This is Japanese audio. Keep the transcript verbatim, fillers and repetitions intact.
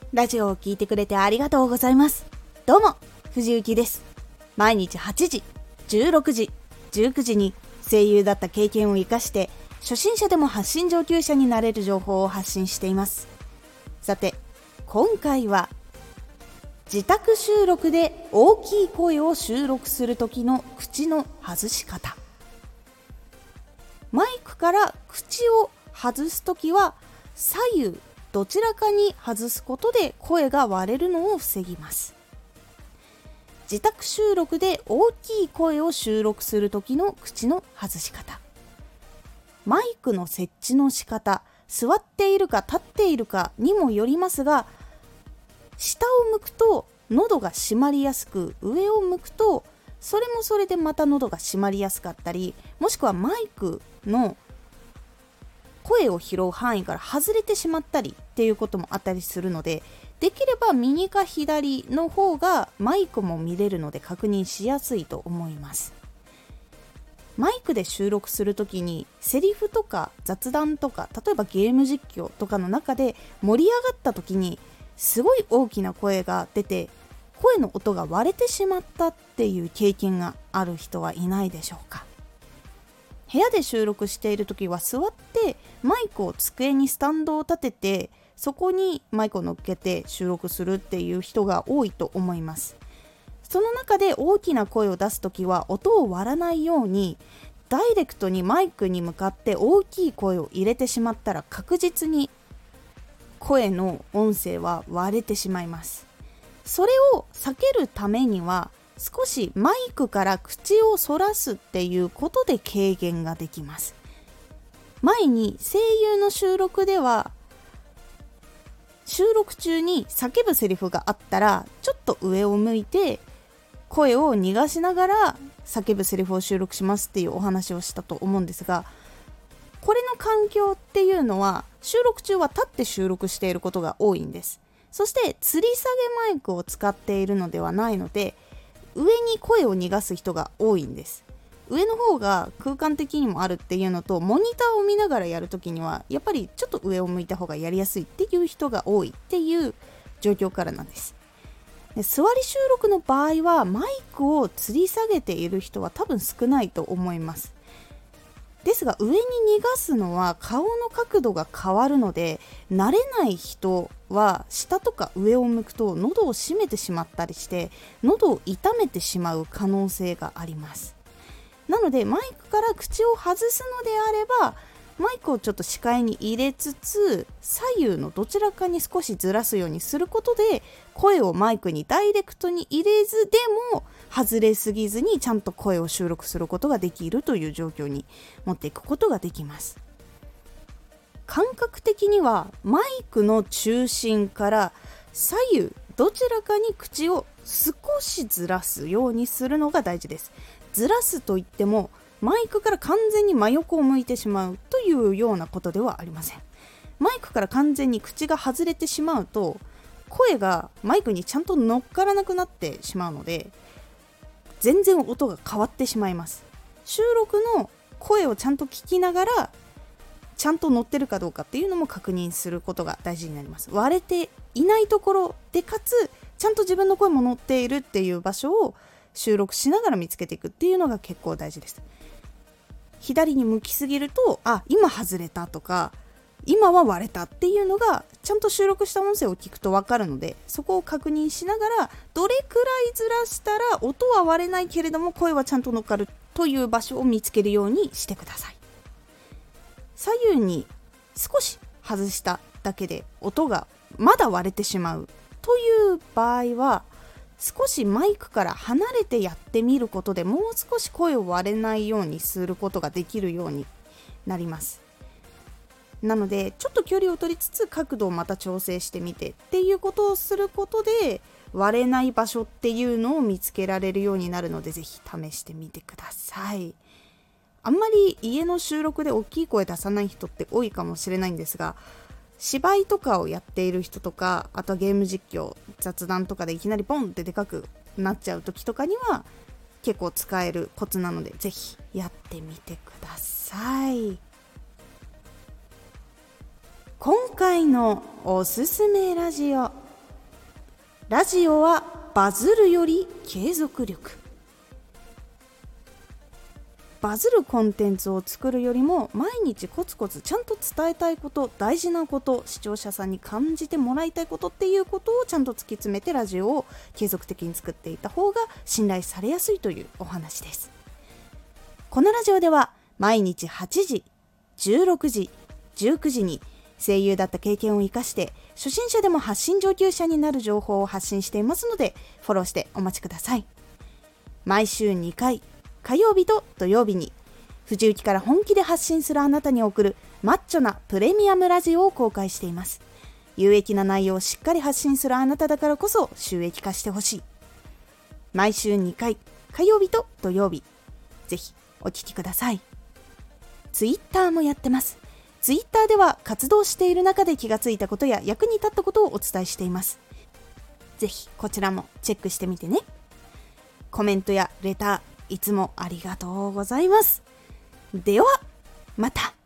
ラジオを聞いてくれてありがとうございます。どうも藤幸です。毎日はちじ、じゅうろくじ、じゅうくじに声優だった経験を生かして初心者でも発信上級者になれる情報を発信しています。さて今回は自宅収録で大きい声を収録する時の口の外し方。マイクから口を外すときは左右どちらかに外すことで声が割れるのを防ぎます。自宅収録で大きい声を収録するときの口の外し方。マイクの設置の仕方、座っているか立っているかにもよりますが、下を向くと喉が締まりやすく、上を向くとそれもそれでまた喉が締まりやすかったり、もしくはマイクの声を拾う範囲から外れてしまったりっていうこともあったりするので、できれば右か左の方がマイクも見れるので確認しやすいと思います。マイクで収録するときにセリフとか雑談とか、例えばゲーム実況とかの中で盛り上がったときにすごい大きな声が出て声の音が割れてしまったっていう経験がある人はいないでしょうか。部屋で収録しているときは座ってマイクを机にスタンドを立てて、そこにマイクを乗っけて収録するっていう人が多いと思います。その中で大きな声を出すときは音を割らないようにダイレクトにマイクに向かって大きい声を入れてしまったら確実に声の音声は割れてしまいます。それを避けるためには少しマイクから口をそらすっていうことで軽減ができます。前に声優の収録では収録中に叫ぶセリフがあったらちょっと上を向いて声を逃がしながら叫ぶセリフを収録しますっていうお話をしたと思うんですが、これの環境っていうのは収録中は立って収録していることが多いんです。そして吊り下げマイクを使っているのではないので、上に声を逃がす人が多いんです。上の方が空間的にもあるっていうのと、モニターを見ながらやるときにはやっぱりちょっと上を向いた方がやりやすいっていう人が多いっていう状況からなんです。で、座り収録の場合はマイクを吊り下げている人は多分少ないと思います。ですが上に逃がすのは顔の角度が変わるので、慣れない人は下とか上を向くと喉を締めてしまったりして喉を痛めてしまう可能性があります。なのでマイクから口を外すのであれば、マイクをちょっと視界に入れつつ左右のどちらかに少しずらすようにすることで、声をマイクにダイレクトに入れずでも外れすぎずにちゃんと声を収録することができるという状況に持っていくことができます。感覚的にはマイクの中心から左右どちらかに口を少しずらすようにするのが大事です。ずらすといってもマイクから完全に真横を向いてしまうというようなことではありません。マイクから完全に口が外れてしまうと声がマイクにちゃんと乗っからなくなってしまうので、全然音が変わってしまいます。収録の声をちゃんと聞きながらちゃんと乗ってるかどうかっていうのも確認することが大事になります。割れていないところで、かつちゃんと自分の声も乗っているっていう場所を収録しながら見つけていくっていうのが結構大事です。左に向きすぎると、あ、今外れたとか今は割れたっていうのがちゃんと収録した音声を聞くと分かるので、そこを確認しながらどれくらいずらしたら音は割れないけれども声はちゃんと乗っかるという場所を見つけるようにしてください。左右に少し外しただけで音がまだ割れてしまうという場合は、少しマイクから離れてやってみることでもう少し声を割れないようにすることができるようになります。なのでちょっと距離を取りつつ角度をまた調整してみてっていうことをすることで割れない場所っていうのを見つけられるようになるので、ぜひ試してみてください。あんまり家の収録で大きい声出さない人って多いかもしれないんですが、芝居とかをやっている人とか、あとはゲーム実況、雑談とかでいきなりポンってでかくなっちゃう時とかには結構使えるコツなので、ぜひやってみてください。今回のおすすめラジオ、 ラジオはバズるより継続力。バズるコンテンツを作るよりも毎日コツコツちゃんと伝えたいこと、大事なこと、視聴者さんに感じてもらいたいことっていうことをちゃんと突き詰めてラジオを継続的に作っていた方が信頼されやすいというお話です。このラジオでは毎日はちじ、じゅうろくじ、じゅうくじに声優だった経験を生かして初心者でも発信上級者になる情報を発信していますので、フォローしてお待ちください。毎週にかい、火曜日と土曜日に藤雪から本気で発信するあなたに送るマッチョなプレミアムラジオを公開しています。有益な内容をしっかり発信するあなただからこそ収益化してほしい。毎週にかい、火曜日と土曜日、ぜひお聞きください。ツイッターもやってます。ツイッターでは活動している中で気がついたことや役に立ったことをお伝えしています。ぜひこちらもチェックしてみてね。コメントやレターいつもありがとうございます。ではまた。